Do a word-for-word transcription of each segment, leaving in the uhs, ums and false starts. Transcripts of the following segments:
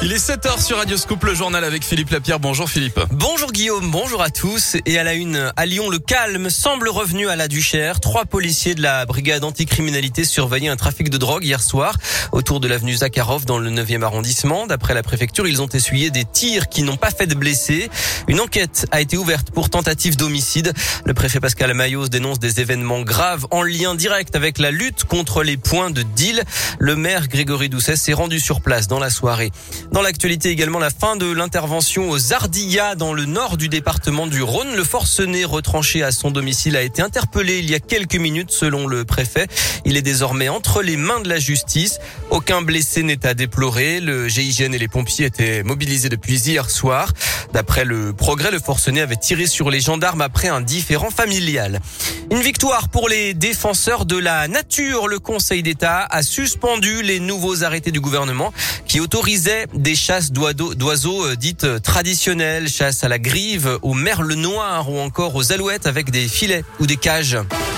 Il est sept heures sur Radio Scoop, le journal avec Philippe Lapierre. Bonjour Philippe. Bonjour Guillaume, bonjour à tous. Et à la une, à Lyon, le calme semble revenu à la Duchère. Trois policiers de la brigade anticriminalité surveillaient un trafic de drogue hier soir autour de l'avenue Zakharov dans le neuvième arrondissement. D'après la préfecture, ils ont essuyé des tirs qui n'ont pas fait de blessés. Une enquête a été ouverte pour tentative d'homicide. Le préfet Pascal Mayos dénonce des événements graves en lien direct avec la lutte contre les points de deal. Le maire Grégory Doucet s'est rendu sur place dans la soirée. Dans l'actualité également, la fin de l'intervention aux Ardillas dans le nord du département du Rhône. Le forcené retranché à son domicile a été interpellé il y a quelques minutes selon le préfet. Il est désormais entre les mains de la justice. Aucun blessé n'est à déplorer. Le G I G N et les pompiers étaient mobilisés depuis hier soir. D'après le Progrès, le forcené avait tiré sur les gendarmes après un différend familial. Une victoire pour les défenseurs de la nature. Le Conseil d'État a suspendu les nouveaux arrêtés du gouvernement qui autorisaient des chasses d'oiseaux, d'oiseaux dites traditionnelles, chasse à la grive, au merle noir ou encore aux alouettes avec des filets ou des cages.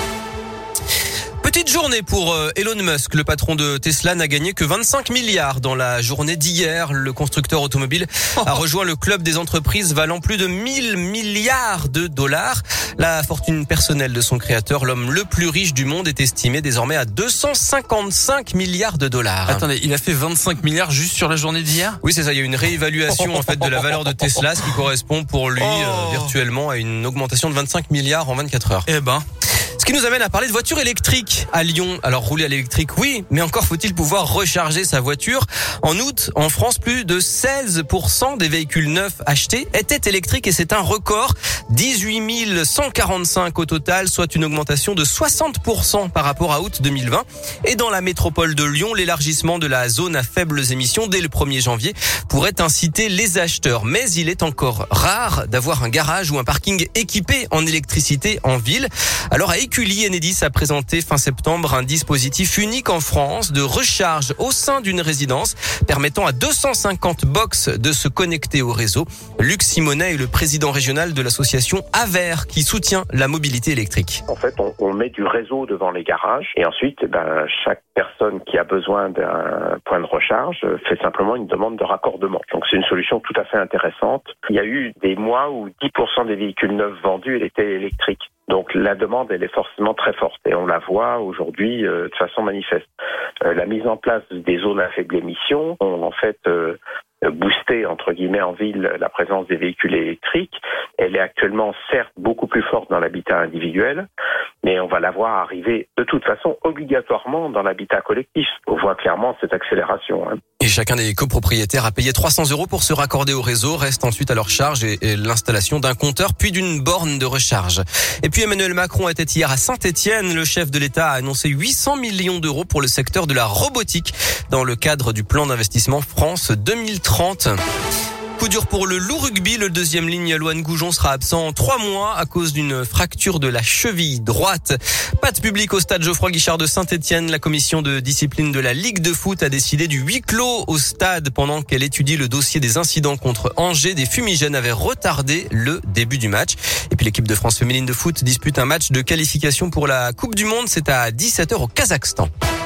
Petite journée pour Elon Musk. Le patron de Tesla n'a gagné que vingt-cinq milliards dans la journée d'hier. Le constructeur automobile a rejoint le club des entreprises valant plus de mille milliards de dollars. La fortune personnelle de son créateur, l'homme le plus riche du monde, est estimée désormais à deux cent cinquante-cinq milliards de dollars. Attendez, il a fait vingt-cinq milliards juste sur la journée d'hier ? Oui, c'est ça. Il y a une réévaluation en fait de la valeur de Tesla, ce qui correspond pour lui oh. euh, virtuellement à une augmentation de vingt-cinq milliards en vingt-quatre heures. Eh ben... Ce qui nous amène à parler de voitures électriques à Lyon. Alors rouler à l'électrique, oui, mais encore faut-il pouvoir recharger sa voiture. En août, en France, plus de seize pour cent des véhicules neufs achetés étaient électriques et c'est un record. dix-huit mille cent quarante-cinq au total, soit une augmentation de soixante pour cent par rapport à août deux mille vingt. Et dans la métropole de Lyon, l'élargissement de la zone à faibles émissions dès le premier janvier pourrait inciter les acheteurs. Mais il est encore rare d'avoir un garage ou un parking équipé en électricité en ville. Alors à Écully, Enedis a présenté fin septembre un dispositif unique en France de recharge au sein d'une résidence permettant à deux cent cinquante box de se connecter au réseau. Luc Simonet est le président régional de l'association Aver qui soutient la mobilité électrique. En fait, on, on met du réseau devant les garages et ensuite, ben, chaque personne qui a besoin d'un point de recharge fait simplement une demande de raccordement. Donc c'est une solution tout à fait intéressante. Il y a eu des mois où dix pour cent des véhicules neufs vendus étaient électriques. Donc la demande, elle est forcément très forte et on la voit aujourd'hui euh, de façon manifeste. Euh, la mise en place des zones à faible émission ont en fait euh, boosté entre guillemets en ville la présence des véhicules électriques. Elle est actuellement certes beaucoup plus forte dans l'habitat individuel, mais on va la voir arriver de toute façon obligatoirement dans l'habitat collectif. On voit clairement cette accélération. Hein. Et chacun des copropriétaires a payé trois cents euros pour se raccorder au réseau. Reste ensuite à leur charge et, et l'installation d'un compteur puis d'une borne de recharge. Et puis Emmanuel Macron était hier à Saint-Étienne. Le chef de l'État a annoncé huit cents millions d'euros pour le secteur de la robotique dans le cadre du plan d'investissement France deux mille trente. Coup dur pour le loup rugby. Le deuxième ligne, Loane Goujon, sera absent trois mois à cause d'une fracture de la cheville droite. Pas de public au stade Geoffroy Guichard de Saint-Étienne. La commission de discipline de la Ligue de foot a décidé du huis clos au stade pendant qu'elle étudie le dossier des incidents contre Angers. Des fumigènes avaient retardé le début du match. Et puis l'équipe de France féminine de foot dispute un match de qualification pour la Coupe du Monde. C'est à dix-sept heures au Kazakhstan.